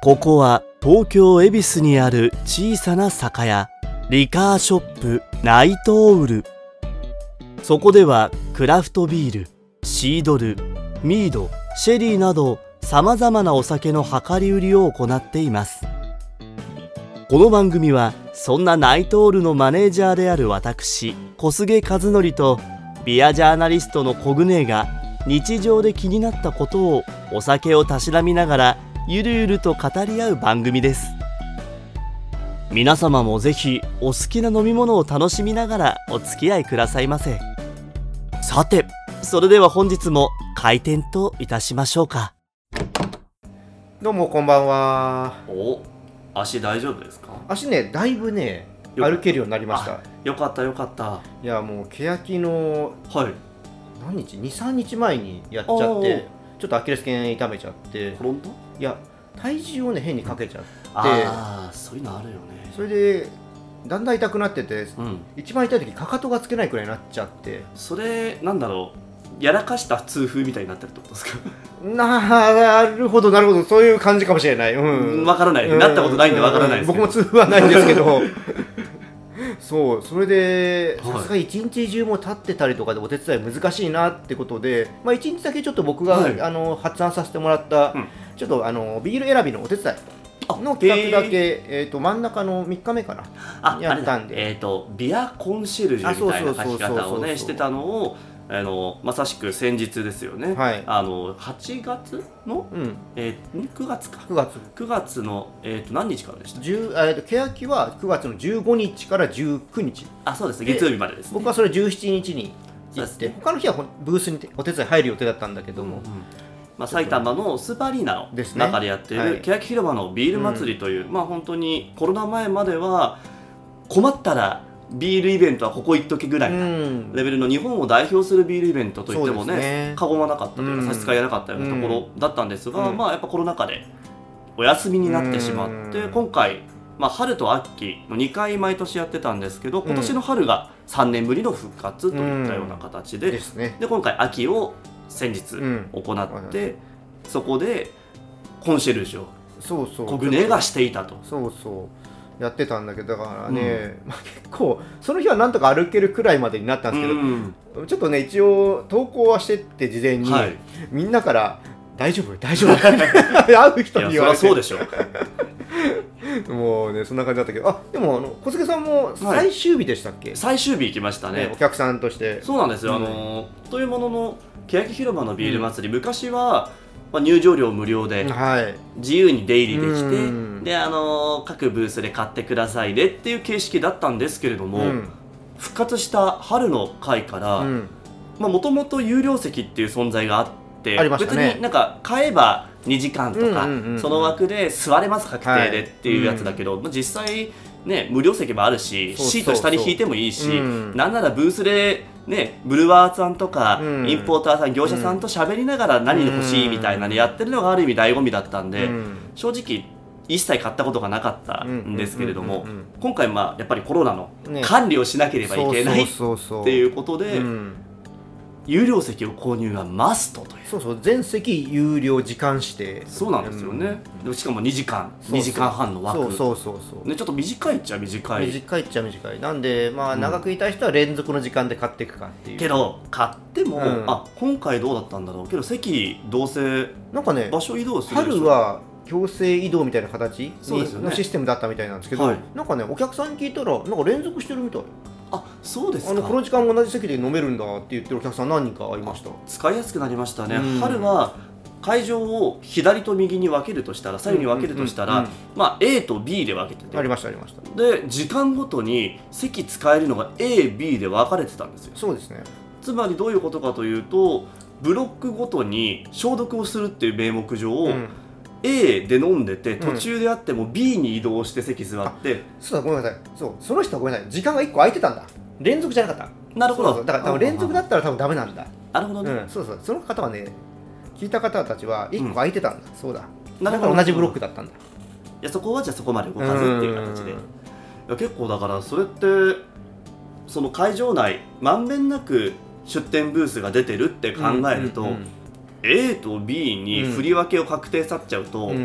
ここは東京恵比寿にある小さな酒屋、リカーショップナイトオウル。そこではクラフトビール、シードル、ミード、シェリーなどさまざまなお酒の量り売りを行っています。この番組はそんなナイトオールのマネージャーである私小菅和則とビアジャーナリストのコグネが日常で気になったことをお酒をたしなみながらゆるゆると語り合う番組です。皆様もぜひお好きな飲み物を楽しみながらお付き合いくださいませ。さて、それでは本日も開店といたしましょうか。 どうもこんばんは。 お、足大丈夫ですか？ 足ね、だいぶね歩けるようになりました。 よかったよかった。 いやもう欅の何日 2,3 日前にやっちゃって、ちょっとアキレス腱痛めちゃって。 転んだ？ いや体重をね変にかけちゃって、 そういうのあるよね。 それでだんだん痛くなってて、一番痛い時かかとがつけないくらいになっちゃって。 それなんだろう、やらかした痛風みたいになってるってことですか？ なるほどなるほど、そういう感じかもしれない。 わからない、なったことないんでわからないですけど、 僕も痛風はないんですけどそう、それでさすがに一日中も立ってたりとかでお手伝い難しいなってことで、一日だけちょっと僕が、発案させてもらった、ちょっとビール選びのお手伝いの企画だけ、真ん中の3日目かなやったんで、 ビアコンシェルジュみたいな書き方をねしてたのをまさしく先日ですよね、8月の、9月か9月の、何日からでした？ 欅は9月の15日から19日。 そうです、月曜日までですね。 僕はそれ17日に行って、他の日はブースにお手伝い入る予定だったんだけども、 埼玉のスーパーアリーナの中でやっている欅広場のビール祭りという、本当にコロナ前までは困ったらビールイベントはここ行っとけぐらいなレベルの日本を代表するビールイベントといってもね、過言はなかったというか差し支えなかったようなところだったんですが、やっぱコロナ禍でお休みになってしまって、今回、春と秋の2回毎年やってたんですけど、今年の春が3年ぶりの復活といったような形で、で今回秋を先日行って、そこでコンシェルジュをコグネがしていたと。 やってたんだけど、だからね、結構その日はなんとか歩けるくらいまでになったんですけど、ちょっとね一応投稿はしてって事前に、みんなから大丈夫大丈夫会う人に言われて、 そうでしょもうねそんな感じだったけど、でも小菅さんも最終日でしたっけ？ 最終日行きましたね、 お客さんとして。そうなんですよ、というものの欅広場のビール祭り、昔は入場料無料で自由に出入りできて、で各ブースで買ってくださいねっていう形式だったんですけれども、復活した春の回からもともと有料席っていう存在があって、別になんか買えば2時間とかその枠で座れます確定でっていうやつだけど、実際ね無料席もあるし、シート下に引いてもいいし、なんならブースでね、ブルワーさんとか、インポーターさん、業者さんと喋りながら何欲しいみたいなのやってるのがある意味醍醐味だったんで、正直一切買ったことがなかったんですけれども、今回やっぱりコロナの管理をしなければいけないっていうことで、有料席を購入がマストという。 全席有料時間指定。 そうなんですよね、しかも2時間半の枠。ちょっと短いっちゃ短いなんで、長くいたい人は連続の時間で買っていくかっていう。 けど買っても、今回どうだったんだろうけど、席どうせなんかね、場所移動するでしょ。 春は強制移動みたいな形のシステムだったみたいなんですけど、なんかねお客さんに聞いたらなんか連続してるみたい。 そうですか。 この時間同じ席で飲めるんだって言ってるお客さん何人かいました。 使いやすくなりましたね。春は会場を左と右に分けるとしたら、左右に分けるとしたら、A と B で分けてて、 ありました。 で時間ごとに席使えるのが A、B で分かれてたんですよ。 そうですね。 つまりどういうことかというと、ブロックごとに消毒をするっていう名目上、A で飲んでて途中であっても B に移動して席座って、 そうだ、ごめんなさい。その人はごめんなさい、時間が1個空いてたんだ。連続じゃなかった。 なるほど。 だから多分連続だったら多分ダメなんだ。 なるほどね。 その方はね、聞いた方たちは1個空いてたんだ。そうだ。だから同じブロックだったんだ。 いや、そこはじゃあそこまで動かずっていう形で。いや結構だからそれってその会場内まんべんなく出店ブースが出てるって考えると、A と B に振り分けを確定さっちゃうと、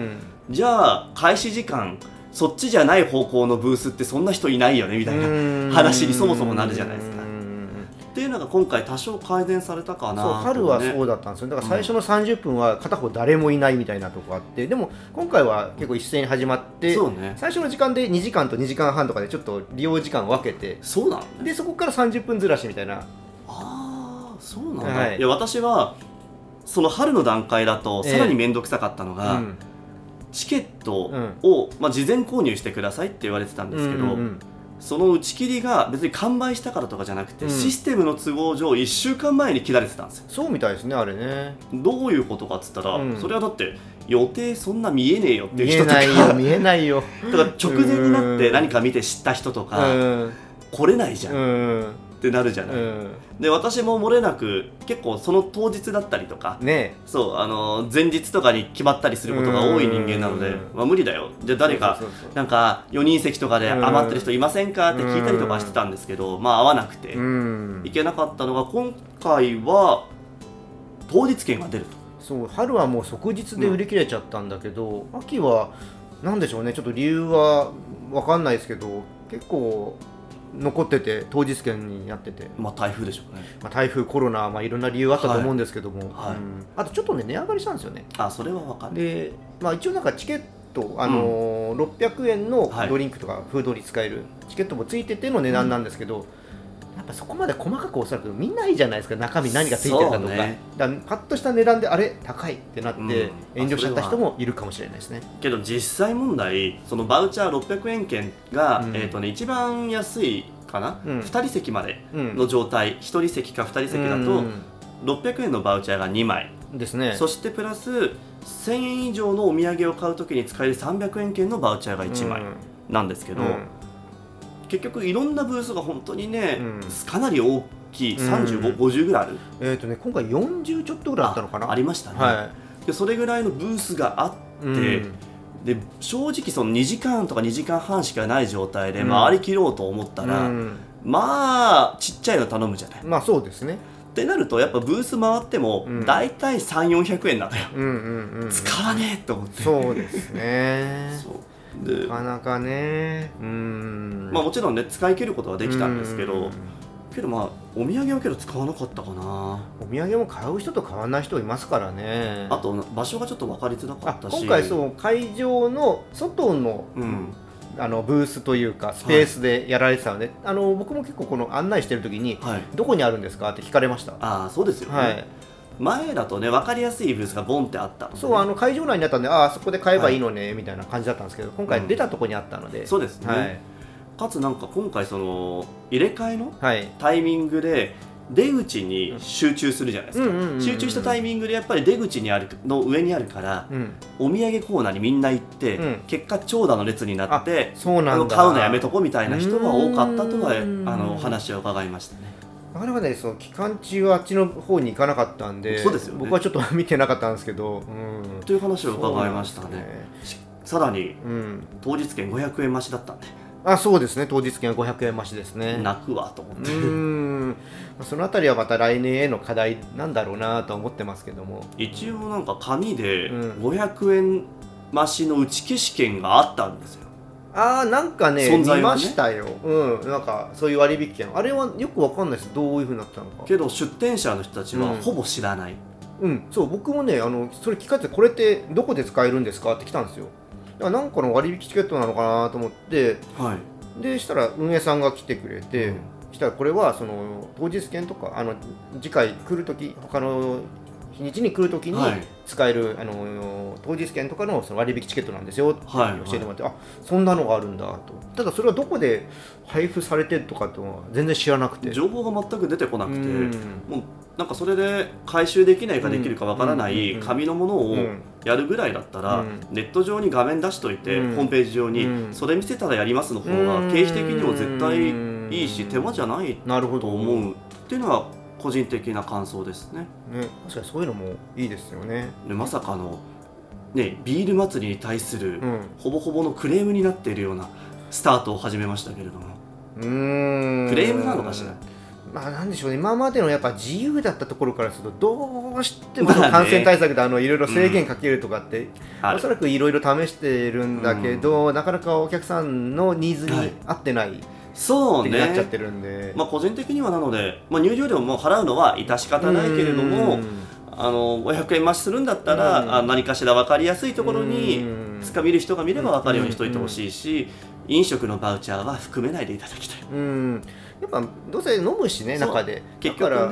じゃあ開始時間そっちじゃない方向のブースってそんな人いないよねみたいな話にそもそもなるじゃないですか。っていうのが今回多少改善されたかなと、ね、 そう春はそうだったんですよ。だから最初の30分は片方誰もいないみたいなとこあって、でも今回は結構一斉に始まって、そうね、最初の時間で2時間と2時間半とかでちょっと利用時間を分けて、 そうなん、ね、 でそこから30分ずらしみたいな。 ああそうなんだ、はい、いや私はその春の段階だとさらに面倒くさかったのが、チケットを、事前購入してくださいって言われてたんですけど、その打ち切りが別に完売したからとかじゃなくて、システムの都合上1週間前に切られてたんですよ。 そうみたいですね、あれね。 どういうことかっつったら、それはだって予定そんな見えねえよっていう人とか、 見えないよだから直前になって何か見て知った人とか来れないじゃんってなるじゃない。で私も漏れなく結構その当日だったりとか、ね、そう前日とかに決まったりすることが多い人間なので、無理だよ、じゃあ誰かなんか4人席とかで余ってる人いませんかって聞いたりとかしてたんですけど、合わなくていけなかったのが、今回は当日券が出ると。 そう春はもう即日で売り切れちゃったんだけど、秋はなんでしょうね、ちょっと理由は分かんないですけど結構残ってて当日券になってて、 台風でしょうね、 台風、コロナ、いろんな理由あったと思うんですけども、あとちょっとね値上がりしたんですよね。 それは分かる。 で、一応なんかチケット、600円のドリンクとかフードに使えるチケットもついてての値段なんですけど、やっぱそこまで細かくおそらく見ないじゃないですか、中身何がついてるかとか、だからパッとした値段であれ高いってなって遠慮しちゃった人もいるかもしれないですね。 けど実際問題、そのバウチャー600円券が、一番安いかな、2人席までの状態、1人席か2人席だと600円のバウチャーが2枚ですね。 そしてプラス1000円以上のお土産を買うときに使える300円券のバウチャーが1枚なんですけど、結局いろんなブースが本当にね、かなり大きい35、50ぐらいある。 今回40ちょっとぐらいあったのかな。 ありましたね、でそれぐらいのブースがあって、で正直その2時間とか2時間半しかない状態で回りきろうと思ったら、ちっちゃいの頼むじゃない。 そうですね。 ってなるとやっぱブース回っても大体300、400円なのよ。使わねえと思って。 そうですねでなかなかね、 もちろんね使い切ることはできたんですけど、お土産はけど使わなかったかな。 お土産も買う人と買わない人いますからね。 あと場所がちょっと分かりづらかったし、 今回会場の外の、ブースというかスペースでやられてたので、僕も結構この案内してる時に、どこにあるんですかって聞かれました。 そうですよね、前だとね分かりやすいブースがボンってあったので、ね、 そう会場内にあったんで、そこで買えばいいのね、みたいな感じだったんですけど、今回出たところにあったので、 そうですね、かつなんか今回その入れ替えのタイミングで出口に集中するじゃないですか。集中したタイミングでやっぱり出口にあるの上にあるから、お土産コーナーにみんな行って、結果長蛇の列になって、買うのやめとこみたいな人が多かったとはお話を伺いましたね。 なかなかね、期間中はあっちの方に行かなかったんで、 そうですよね、 僕はちょっと見てなかったんですけど、 という話を伺いましたね。さらに、当日券500円増しだったんで。 そうですね、当日券は500円増しですね。 泣くわと思って。 そのあたりはまた来年への課題なんだろうなとは思ってますけども、 一応なんか紙で500円増しの打ち消し券があったんですよ。 なんかね、見ましたよ。なんかそういう割引券、あれはよくわかんないです、どういう風になったのか。 けど出店者の人たちはほぼ知らない。 そう、僕もねそれ聞かれて、これってどこで使えるんですかって来たんですよ。なんかの割引チケットなのかなと思って、でしたら運営さんが来てくれて、したらこれはその当日券とか次回来るとき、他の日にちに来るときに使える、当日券とかのその割引チケットなんですよって教えてもらって、そんなのがあるんだと。ただそれはどこで配布されてるとかとは全然知らなくて、 情報が全く出てこなくて、もうなんかそれで回収できないかできるかわからない紙のものをやるぐらいだったら、ネット上に画面出しといて、ホームページ上にそれ見せたらやりますの方が経費的にも絶対いいし手間じゃないと思うっていうのは個人的な感想ですね。 確かにそういうのもいいですよね。 でまさかの、ビール祭りに対するほぼほぼのクレームになっているようなスタートを始めましたけれども、クレームなのかしら。 なんでしょうね、今までのやっぱ自由だったところからするとどうしても感染対策でいろいろ制限かけるとかって、おそらくいろいろ試してるんだけど、なかなかお客さんのニーズに合ってない、 そうね、 なっちゃってるんで、 個人的にはなので、入場料も払うのは致し方ないけれども、500円増しするんだったら、何かしら分かりやすいところにつかみる人が見れば分かるようにしといてほしいし、飲食のバウチャーは含めないでいただきたい。 やっぱどうせ飲むしね、中で結局、ね、だから、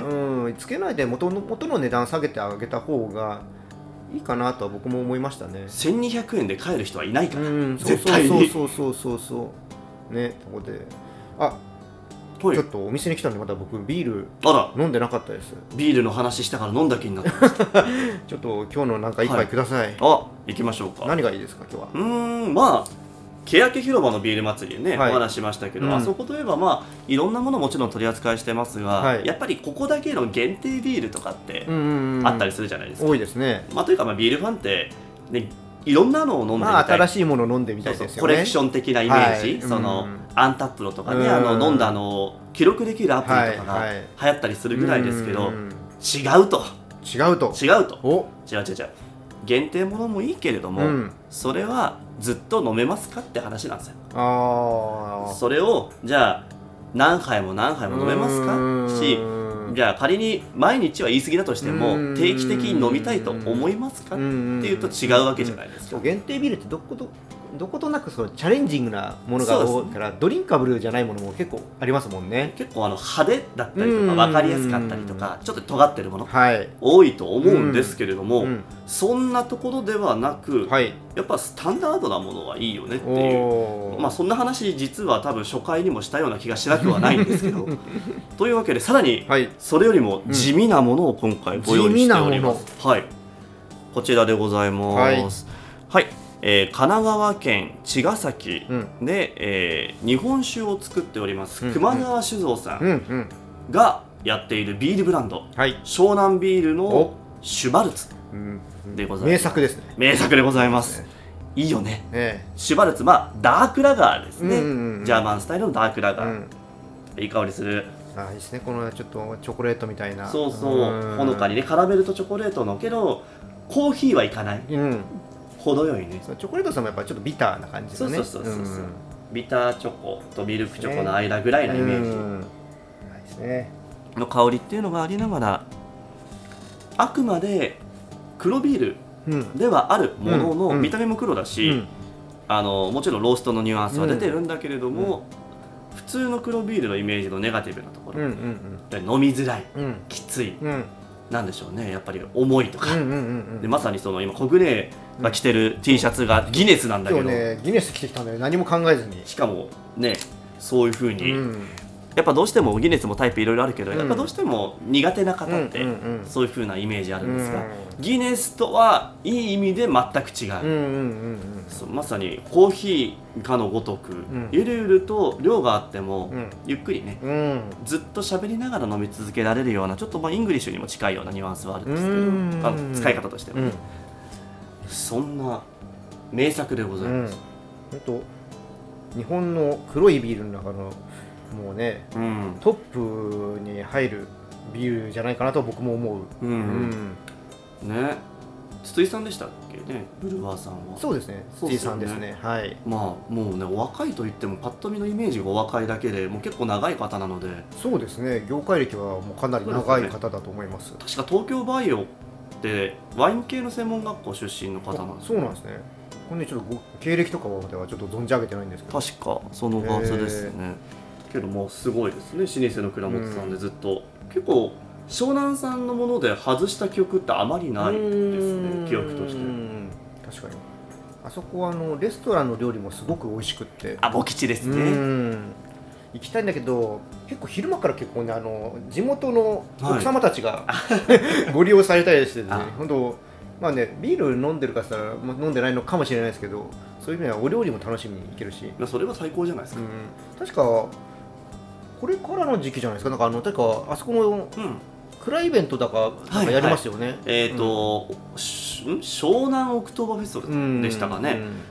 つけないで元の値段下げてあげた方がいいかなとは僕も思いましたね。 1200円で買える人はいないから、絶対に。 そうね。ここでちょっとお店に来たんで、まだ僕ビール飲んでなかったです。 ビールの話したから飲んだ気になってました。 ちょっと今日のなんか一杯ください。 行きましょうか。 何がいいですか今日は。欅広場のビール祭りでね、お話しましたけど、あそこといえばいろんなものもちろん取り扱いしてますが、やっぱりここだけの限定ビールとかってあったりするじゃないですか。 多いですね。 というかビールファンってね、いろんなのを飲んでみたい、 新しいものを飲んでみたいですよね。 コレクション的なイメージ、アンタップロとかね、飲んだを記録できるアプリとかが流行ったりするぐらいですけど、違うと。違う。限定ものもいいけれども、それはずっと飲めますかって話なんですよ。それをじゃあ何杯も飲めますかし、じゃあ仮に毎日は言い過ぎだとしても定期的に飲みたいと思いますかっていうと違うわけじゃないですか。 限定ビールってどことなくそのチャレンジングなものが多いから、ドリンカブルじゃないものも結構ありますもんね。 結構派手だったりとか分かりやすかったりとか、ちょっと尖ってるもの、多いと思うんですけれども、そんなところではなく、やっぱスタンダードなものはいいよねっていう、そんな話実は多分初回にもしたような気がしなくはないんですけどというわけでさらにそれよりも地味なものを今回ご用意しております。こちらでございます。神奈川県茅ヶ崎で、日本酒を作っております熊川酒造さんがやっているビールブランド、湘南ビールのシュバルツでございます。 名作ですね。 名作でございます。いいよね。シュバルツ、ダークラガーですね。ジャーマンスタイルのダークラガー、いい香りする。 いいですね。このちょっとチョコレートみたいな。 そうほのかにね、カラメルとチョコレートのけどコーヒーはいかない、程よいね。 チョコレートさんもやっぱりちょっとビターな感じのね。 ビターチョコとミルクチョコの間ぐらいなイメージの香りっていうのがありながら、あくまで黒ビールではあるものの、見た目も黒だし、もちろんローストのニュアンスは出てるんだけれども、普通の黒ビールのイメージのネガティブなところ、飲みづらい、きつい、なんでしょうね、やっぱり重いとか、でまさにその今コグネが着てる T シャツがギネスなんだけど、 今日ねギネス着てきたんだよ、何も考えずに。 しかもね、そういう風に、やっぱどうしてもギネスもタイプいろいろあるけど、やっぱどうしても苦手な方ってそういう風なイメージあるんですが、ギネスとはいい意味で全く違う。まさにコーヒーかのごとく、ゆるゆると量があっても、ゆっくりね、ずっと喋りながら飲み続けられるような、ちょっとイングリッシュにも近いようなニュアンスはあるんですけど、使い方としてはね、そんな名作でございます。 本当日本の黒いビールの中のもうね、トップに入るビールじゃないかなと僕も思う。 ね、筒井さんでしたっけね、ブルワーさんは。 そうですね、筒井さんですね。はい。 もうね、お若いと言ってもパッと見のイメージがお若いだけでもう結構長い方なので。 そうですね、業界歴はもうかなり長い方だと思います。 確か東京バイオってワイン系の専門学校出身の方なんです。 そうなんですね。これね、ちょっと経歴とかではちょっと存じ上げてないんですけど。 確かそのはずですね。けどもうすごいですね、老舗の蔵元さんでずっと、結構湘南産のもので外した記憶ってあまりないですね、記憶として。 確かにあそこはレストランの料理もすごく美味しくって、 ボキチですね。 行きたいんだけど、結構昼間から結構ね、地元の奥様たちが、ご利用されたりしてね、本当ビール飲んでるかしたら飲んでないのかもしれないですけど、そういう意味ではお料理も楽しみに行けるし、 それは最高じゃないですか。 確かこれからの時期じゃないですか。確かあそこの蔵イベントだかやりますよね。 湘南オクトーバーフェストでしたかね。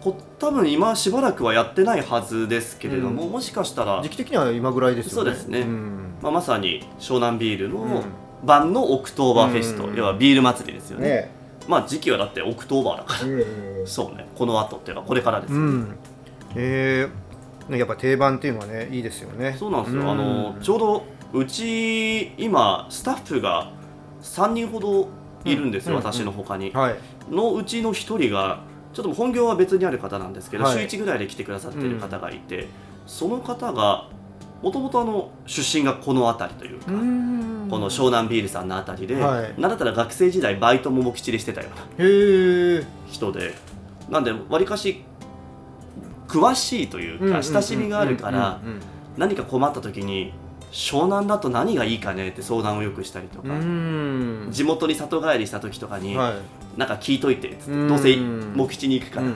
多分今しばらくはやってないはずですけれども、もしかしたら時期的には今ぐらいですよね。 そうですね、まさに湘南ビールの版のオクトーバーフェスト、要はビール祭りですよね。時期はだってオクトーバーだから、そうね、この後っていうかこれからですよね。 やっぱ定番っていうのはねいいですよね。 そうなんですよ。ちょうどうち今スタッフが3人ほどいるんですよ、私の他に、のうちの1人がちょっと本業は別にある方なんですけど、週1ぐらいで来てくださっている方がいて、その方がもともと出身がこの辺りというか、この湘南ビールさんの辺りで、なんだったら学生時代バイトももきちりしてたような人で、なんでわりかし詳しいというか親しみがあるから、何か困った時に湘南だと何がいいかねって相談をよくしたりとか、地元に里帰りした時とかに、なんか聞いといてっつって、どうせ茂吉に行くから、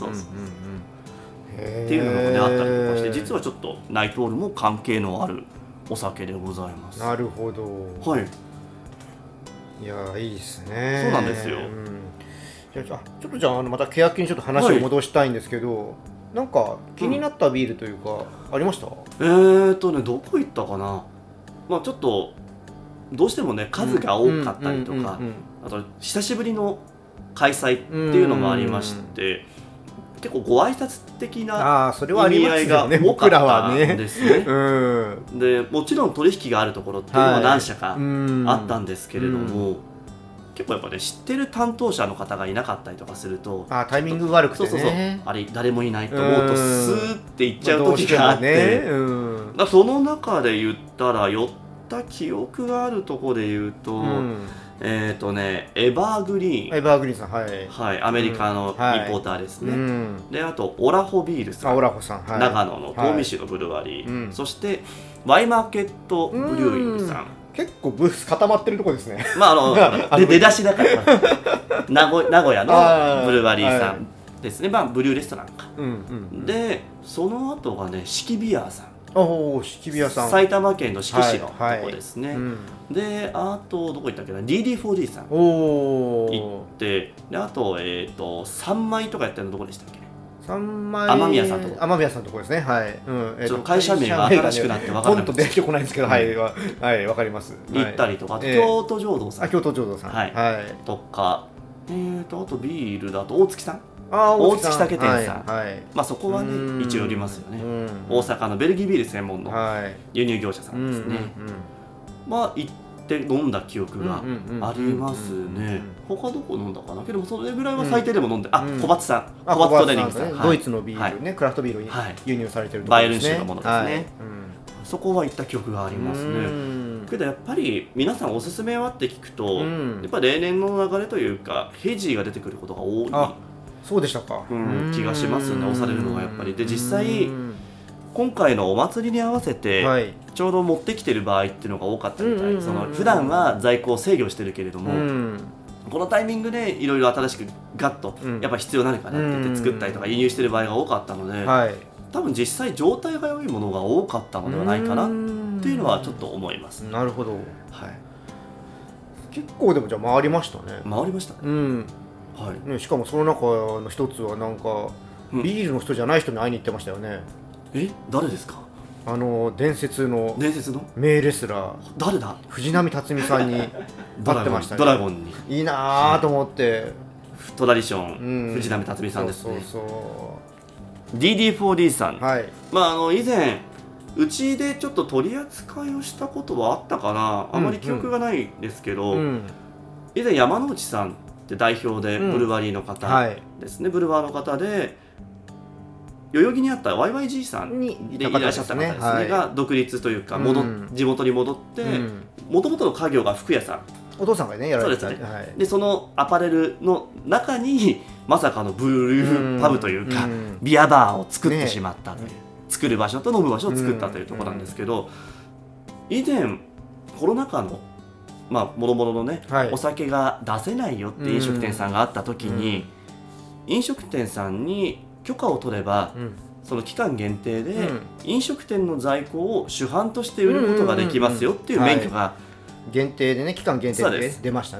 っていうのがねあったりとかして、実はちょっとナイトオールも関係のあるお酒でございます。 なるほど。はい。いやいいですね。 そうなんですよ。 ちょっとじゃあまたケヤキにちょっと話を戻したいんですけど、なんか気になったビールというか、ありました？ どこ行ったかな。ちょっとどうしてもね数が多かったりとか、あと久しぶりの開催っていうのもありまして、結構ご挨拶的な意味合いが多かったんですね。でもちろん取引があるところっていうのは何社かあったんですけれども、結構やっぱね知ってる担当者の方がいなかったりとかすると、 タイミング悪くてね、 あれ誰もいないと思うとスーっていっちゃう時があって、その中で言ったら寄った記憶があるところで言うと、エバーグリーンさん、 はい、アメリカのリポーターですね。であとオラホビールさん、長野の東御市のブルワリー、そしてワイマーケットブリューイングさん。 結構ブース固まってるとこですね。 出だしだから名古屋のブルワリーさんですね。ブリューレストランか。でその後がね四季ビアさん。 四季ビアさん、 埼玉県の志木市のとこですね。であとどこ行ったっけな、 DD4D さん行って、であと三枚とかやってるのどこでしたっけね。雨宮さんとこ。 雨宮さんとこですね。はい。 ちょっと会社名が新しくなって分からない。 ポンと出てこないんですけど、はいわかります。 行ったりとか、京都浄土さん。 京都浄土さん。 とか、あとビールだと大月さん。大月酒店さん。そこはね一応寄りますよね。大阪のベルギービール専門の輸入業者さんですね。行って飲んだ記憶がありますね。他どこ飲んだかな。けどもそれぐらいは最低でも飲んで、小松さん、小松トレーニングさん、 ドイツのビールね、クラフトビールに輸入されてるところですね。バイエルン州のものですね。そこは行った記憶がありますね。けどやっぱり皆さんおすすめはって聞くと、やっぱ例年の流れというかヘジーが出てくることが多い。 そうでしたか。 気がしますね。押されるのがやっぱりで、実際今回のお祭りに合わせてちょうど持ってきてる場合っていうのが多かったみたい。普段は在庫を制御してるけれども、このタイミングでいろいろ新しくガッとやっぱ必要なのかなって言って作ったりとか輸入してる場合が多かったので、多分実際状態が良いものが多かったのではないかなっていうのはちょっと思います。 なるほど。結構でもじゃあ回りましたね。 回りましたね。 しかもその中の一つはなんかビールの人じゃない人に会いに行ってましたよね。 誰ですか？ 伝説の名レスラー、 誰だ？ 藤波辰巳さんに会ってましたね。 ドラゴンにいいなと思って。 トラディション、藤波辰巳さんですね。DD4D さん、以前うちでちょっと取り扱いをしたことはあったかな。あまり記憶がないですけど、以前山之内さんって代表でブルワリーの方ですね。ブルワーの方で代々木にあった YYG さんでいらっしゃった方ですね、が独立というか地元に戻って、もともとの家業が服屋さん、 お父さんがねやられてた。 でそのアパレルの中にまさかのブルーパブというかビアバーを作ってしまったという、作る場所と飲む場所を作ったというところなんですけど、以前コロナ禍のもろもろのね、お酒が出せないよって飲食店さんがあった時に、飲食店さんに許可を取れば、その期間限定で飲食店の在庫を主販として売ることができますよっていう免許が限定でね、期間限定で出ましたね。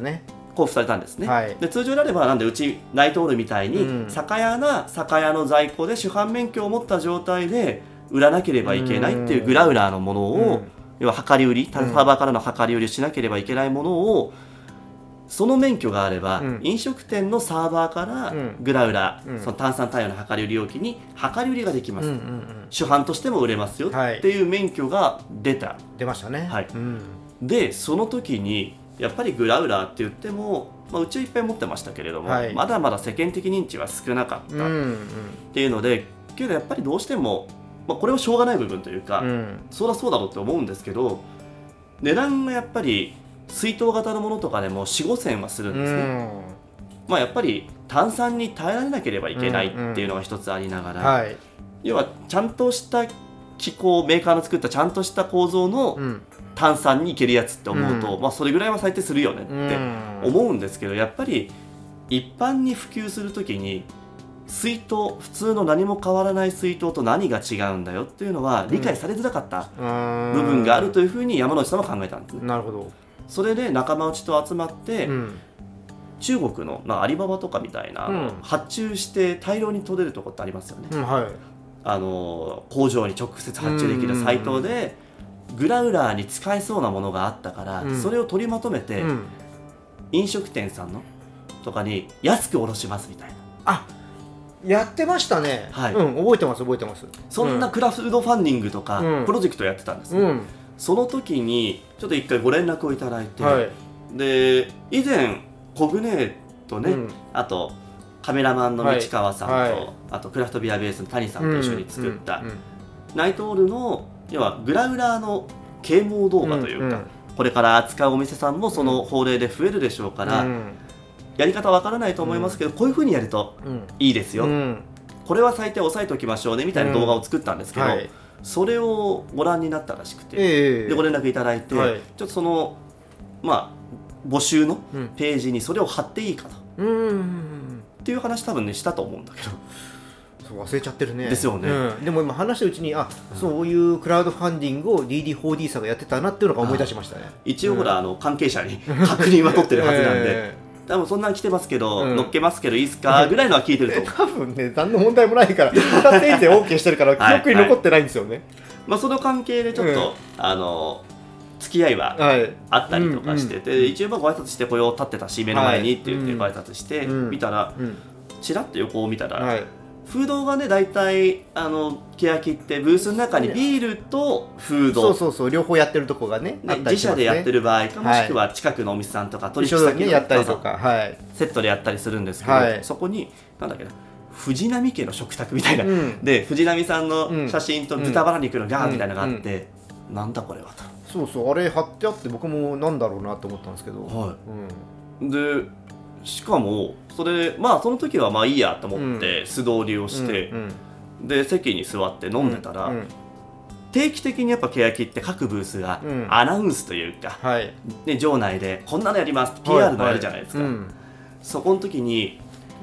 交付されたんですね、で通常であればなんでうちナイトオールみたいに酒屋の在庫で主犯免許を持った状態で売らなければいけないっていうグラウラーのものを、要は量り売りサーバーからの量り売りをしなければいけないものを、その免許があれば、飲食店のサーバーからグラウラー、その炭酸対応の量り売り容器に量り売りができます、主販としても売れますよっていう免許が出ましたね、 でその時にやっぱりグラウラーって言っても、うちはいっぱい持ってましたけれども、まだまだ世間的認知は少なかったっていうので、けどやっぱりどうしても、これはしょうがない部分というか、そうだそうだろうって思うんですけど、値段がやっぱり水筒型のものとかでも 4,5 銭はするんですね。やっぱり炭酸に耐えられなければいけないっていうのが一つありながら、要はちゃんとした機構、メーカーの作ったちゃんとした構造の炭酸にいけるやつって思うと、それぐらいは最低するよねって思うんですけど、やっぱり一般に普及するときに水筒、普通の何も変わらない水筒と何が違うんだよっていうのは理解されづらかった部分があるというふうに山之内さんは考えたんですね。 なるほど。 それで仲間内と集まって、中国の、アリババとかみたいな、発注して大量に取れるとこってありますよね、工場に直接発注できるサイトでグラウラーに使えそうなものがあったから、それを取りまとめて、飲食店さんのとかに安く卸しますみたいな。 やってましたね、覚えてます覚えてます。 そんなクラウドファンディングとか、プロジェクトやってたんですね、その時にちょっと一回ご連絡をいただいて、で以前コグネとね、あとカメラマンの市川さんと、あとクラフトビアベースの谷さんと一緒に作ったナイトオールの要はグラウラーの啓蒙動画というか、これから扱うお店さんもその法令で増えるでしょうから、やり方わからないと思いますけど、こういう風にやるといいですよ、これは最低押さえておきましょうねみたいな動画を作ったんですけど、それをご覧になったらしくて、でご連絡いただいて、ちょっとその募集のページにそれを貼っていいかと、っていう話多分ねしたと思うんだけど、 忘れちゃってるね。 ですよね、 でも今話したうちにそういうクラウドファンディングを DD4D さんがやってたなっていうのが思い出しましたね。 一応ほら、関係者に確認は取ってるはずなんで、多分そんなん来てますけど、乗っけますけどいいですかぐらいのは聞いてると多分ね、何の問題もないから2つで OK してるから記憶に残ってないんですよね。 その関係でちょっと、付き合いはあったりとかしてて、一応ご挨拶してこよう立ってたし目の前にって言ってご挨拶して見たら、ちらっと横を見たら、フードがね、大体欅ってブースの中にビールとフード、 そう両方やってるとこがね、 自社でやってる場合か、もしくは近くのお店さんとか取引先やったりとか、 セットでやったりするんですけど、そこになんだっけな、藤波家の食卓みたいな、で藤波さんの写真と豚バラ肉のガーみたいなのがあって、なんだこれはと、 あれ貼ってあって僕もなんだろうなと思ったんですけど、 でしかもそれその時はいいやと思って素通りをして、で席に座って飲んでたら、定期的にやっぱ欅って各ブースがアナウンスというか、場内でこんなのやりますって PR のやるじゃないですか、そこの時に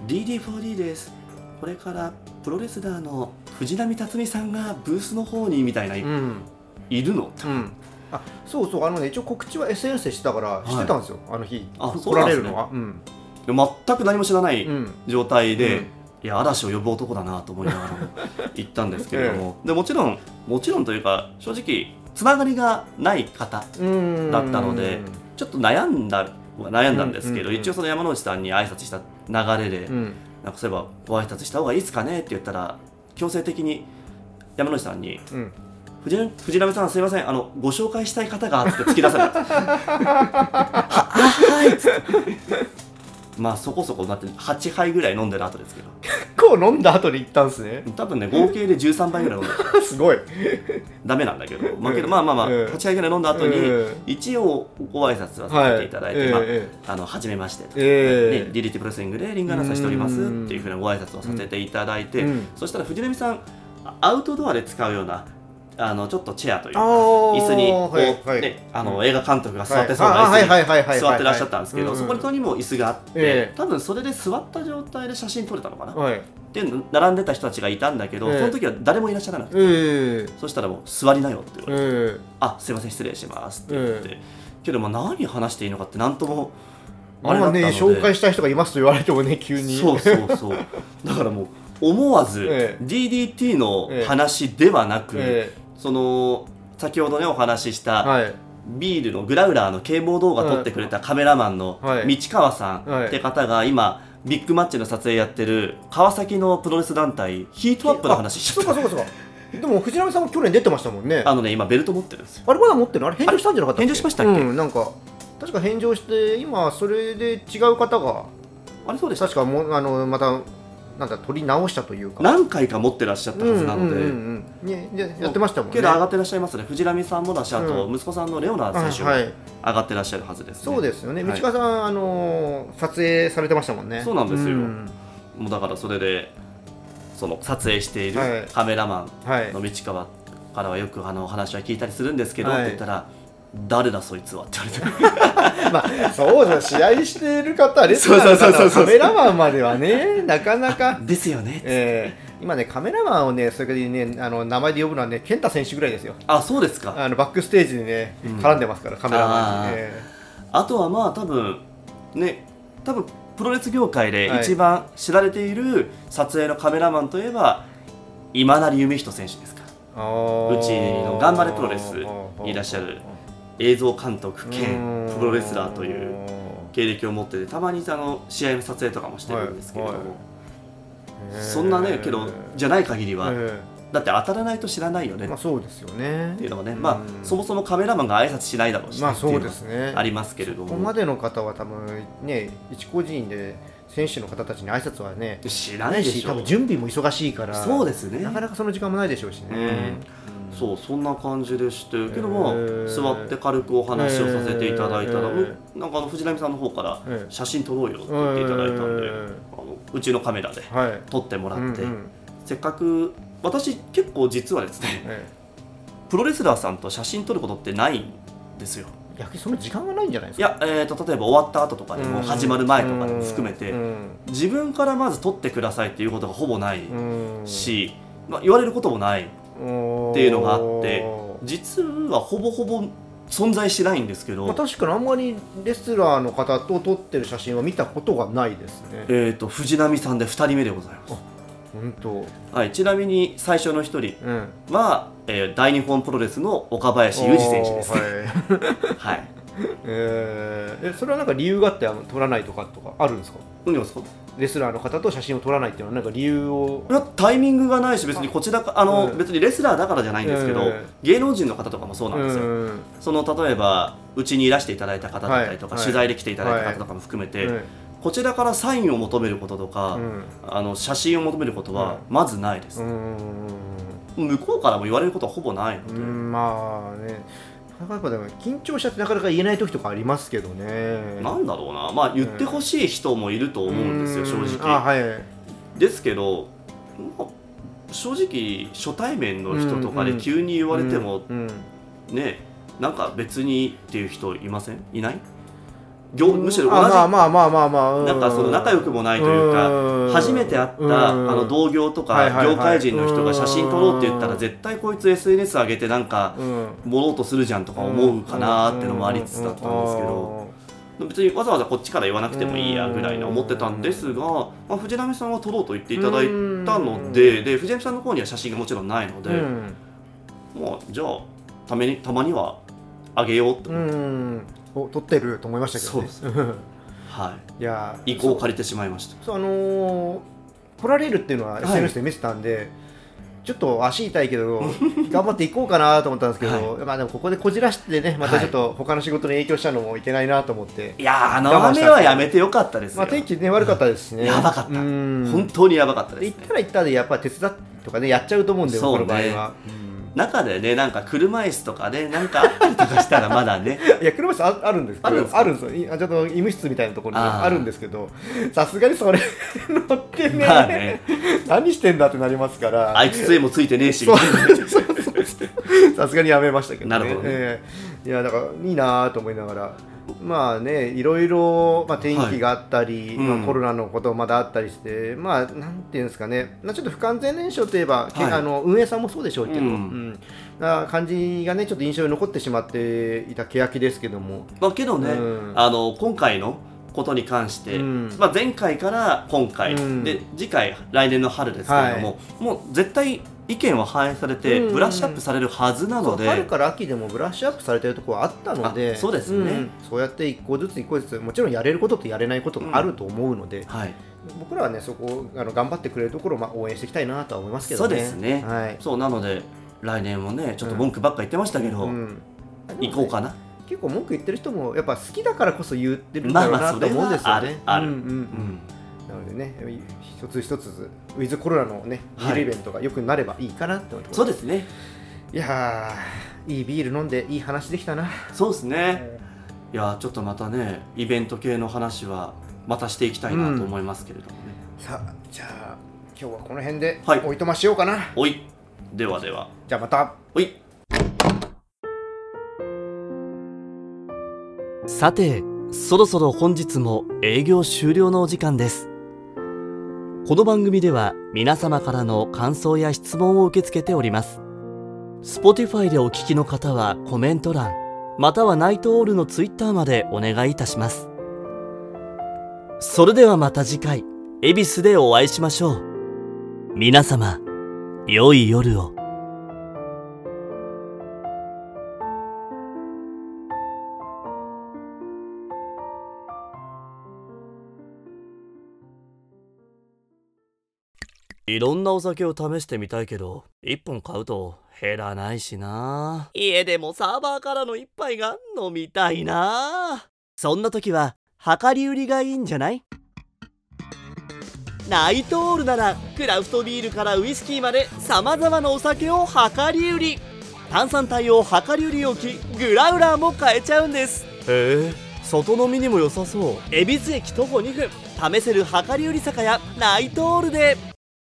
DD4D です、これからプロレスラーの藤波辰巳さんがブースの方にみたいな、いるのと、 一応告知は SNS でしてたから知ってたんですよ、あの日来られるのは。 全く何も知らない状態で、いや嵐を呼ぶ男だなと思いながら行ったんですけれども、でもちろんというか正直つながりがない方だったので、ちょっと悩んだんですけど、一応その山之内さんに挨拶した流れで、なんかそういえばご挨拶した方がいいですかねって言ったら、強制的に山之内さんに、藤波さんすいません、ご紹介したい方がって突き出されたはいっつってそこそこなって8杯ぐらい飲んでる後ですけど、 結構飲んだ後に行ったんですね。 多分ね合計で13杯ぐらい飲んですごいダメなんだけど、8杯ぐらい飲んだ後に一応ご挨拶はさせていただいて、初めましてと、DDT プロレスリングでリングアナウンサーしておりますっていうふうなご挨拶をさせていただいて、そしたら藤波さんアウトドアで使うようなちょっとチェアというか椅子に映画監督が座ってそうな椅子に座ってらっしゃったんですけど、そこにも椅子があって、多分それで座った状態で写真撮れたのかな、で並んでた人たちがいたんだけど、その時は誰もいらっしゃらなくて、そしたらもう座りなよって言われて、すいません失礼しますって言って、けど何話していいのかって何ともあれだったので、 紹介したい人がいますと言われてもね、急に。 そうだからもう思わず DDT の話ではなく、その先ほどねお話しした、ビールのグラウラーの啓蒙動画撮ってくれたカメラマンの道川さんって方が今ビッグマッチの撮影やってる川崎のプロレス団体ヒートアップの話しちゃった。 そうかでも藤波さんも去年出てましたもんね。 今ベルト持ってるんですよ。 あれまだ持ってるの？あれ返上したんじゃなかったっけ？ 返上しましたっけ？ なんか確か返上して今それで違う方がそうでした。 確かもうまたなんだ取り直したというか何回か持ってらっしゃったはずなので、やってましたもんね。 けど上がってらっしゃいますね。藤波さんもだし、あと息子さんのレオナード選手も上がってらっしゃるはずですね。 そうですよね。道川さん撮影されてましたもんね。 そうなんですよ。もうだからそれでその撮影しているカメラマンの道川からはよく話は聞いたりするんですけどって言ったら、誰だそいつはって言われてそうですね。試合している方レスラーの方カメラマンまではねなかなかですよね。 今ねカメラマンをねそれからね名前で呼ぶのはね健太選手ぐらいですよ。 そうですか。 バックステージにね絡んでますから、カメラマンに。 あとは多分プロレス業界で一番知られている撮影のカメラマンといえば今成夢人選手ですから。うちの頑張れプロレスにいらっしゃる映像監督兼プロレスラーという経歴を持ってて、たまに試合の撮影とかもしてるんですけれども、そんなねけどじゃない限りは、だって当たらないと知らないよね、 そうですよねっていうのはね、そもそもカメラマンが挨拶しないだろうし、 そうですね、 ありますけれども、 ここまでの方は多分ね一個人で選手の方たちに挨拶はね知らないでしょ。 多分準備も忙しいから、 そうですね、 なかなかその時間もないでしょうしね。 そんな感じでしてけども、座って軽くお話をさせていただいたら、なんか藤波さんの方から写真撮ろうよって言っていただいたんで、うちのカメラで撮ってもらって、せっかく私結構実はですね、プロレスラーさんと写真撮ることってないんですよ。 逆にその時間がないんじゃないですか。 いや、例えば終わった後とかでも始まる前とかでも含めて、自分からまず撮ってくださいっていうことがほぼないし、言われることもないっていうのがあって、実はほぼほぼ存在しないんですけど、 確かにあんまりレスラーの方と撮ってる写真は見たことがないですね。 藤波さんで2人目でございます。 本当。 はい、ちなみに最初の1人は、大日本プロレスの岡林裕二選手ですね。はい。 それはなんか理由があって撮らないとかあるんですか？ 何ですか？ レスラーの方と写真を撮らないっていうのはなんか理由を。 いや、タイミングがないし、別にこちら別にレスラーだからじゃないんですけど、芸能人の方とかもそうなんですよ。例えばうちにいらしていただいた方だったりとか、取材で来ていただいた方とかも含めて、こちらからサインを求めることとか、写真を求めることはまずないです。向こうからも言われることはほぼないので。 まあね、やっぱでも緊張しちゃってなかなか言えない時とかありますけどね。 なんだろうな、言ってほしい人もいると思うんですよ、正直。ですけど、正直初対面の人とかで急に言われてもね、なんか別にっていう人いません？いない？むしろ同じなんかその仲良くもないというか、初めて会った同業とか業界人の人が写真撮ろうって言ったら絶対こいつ SNS 上げてなんか盛ろうとするじゃんとか思うかなってのもありつつだったんですけど、別にわざわざこっちから言わなくてもいいやぐらいに思ってたんですが、藤波さんは撮ろうと言っていただいたので、藤波さんの方には写真がもちろんないので、じゃあたまにはあげようと思って。 撮ってると思いましたけどね。 そうですはい。いや意向を借りてしまいました。 撮られるっていうのは SNS で見せたんで、ちょっと足痛いけど頑張っていこうかなと思ったんですけど、でもここでこじらしてね、またちょっと他の仕事に影響したのもいけないなと思って。 いや雨はやめてよかったですよ。 天気ね悪かったですしね。 やばかった。本当にやばかったです。 行ったら行ったでやっぱ手伝ってとかねやっちゃうと思うんで、この場合は。 中でね、なんか車椅子とかでなんかあったりとかしたらまだねいや車椅子あるんですけど、あるんですよ。ちょっと医務室みたいなところにあるんですけど、さすがにそれ乗ってね、何してんだってなりますから、 あいつ杖もついてねえしみたいなさすがにやめましたけどね。 なるほどね。 いやだからいいなと思いながら、まあね、いろいろ、天気があったり、コロナのこともまだあったりして、なんていうんですかね、ちょっと不完全燃焼といえば、運営さんもそうでしょうけど、な感じがね、ちょっと印象に残ってしまっていた欅ですけども。 けどね、今回のことに関して、前回から今回、で次回来年の春ですけれども、もう絶対意見は反映されてブラッシュアップされるはずなので、 春から秋でもブラッシュアップされてるところはあったので、 そうですね、 そうやって一個ずつもちろんやれることとやれないことがあると思うので、僕らはねそこを頑張ってくれるところを応援していきたいなとは思いますけどね。 そうですね、そうなので来年もねちょっと文句ばっか言ってましたけど、行こうかな。 結構文句言ってる人もやっぱ好きだからこそ言ってるんだろうなと思うんですよね。なのでね、一つ一つウィズコロナのねビールイベントが良くなればいいかなって思ってます。 そうですね。 いやー、いいビール飲んでいい話できたな。 そうですね。いやちょっとまたねイベント系の話はまたしていきたいなと思いますけれどもね。 さあ、じゃあ今日はこの辺でおいとましようかな。 おい、ではでは。 じゃあまた。 おい。さて、そろそろ本日も営業終了のお時間です。この番組では皆様からの感想や質問を受け付けております。Spotify でお聞きの方はコメント欄、またはナイトオールのツイッターまでお願いいたします。それではまた次回、恵比寿でお会いしましょう。皆様、良い夜を。いろんなお酒を試してみたいけど、1本買うと減らないしな。家でもサーバーからの一杯が飲みたいな。そんな時は量り売りがいいんじゃない？ナイトオールならクラフトビールからウイスキーまで様々なお酒を量り売り。炭酸対応量り売り置きグラウラーも買えちゃうんです。へえ、外飲みにも良さそう。恵比寿駅徒歩2分、試せる量り売り酒屋ナイトオールで。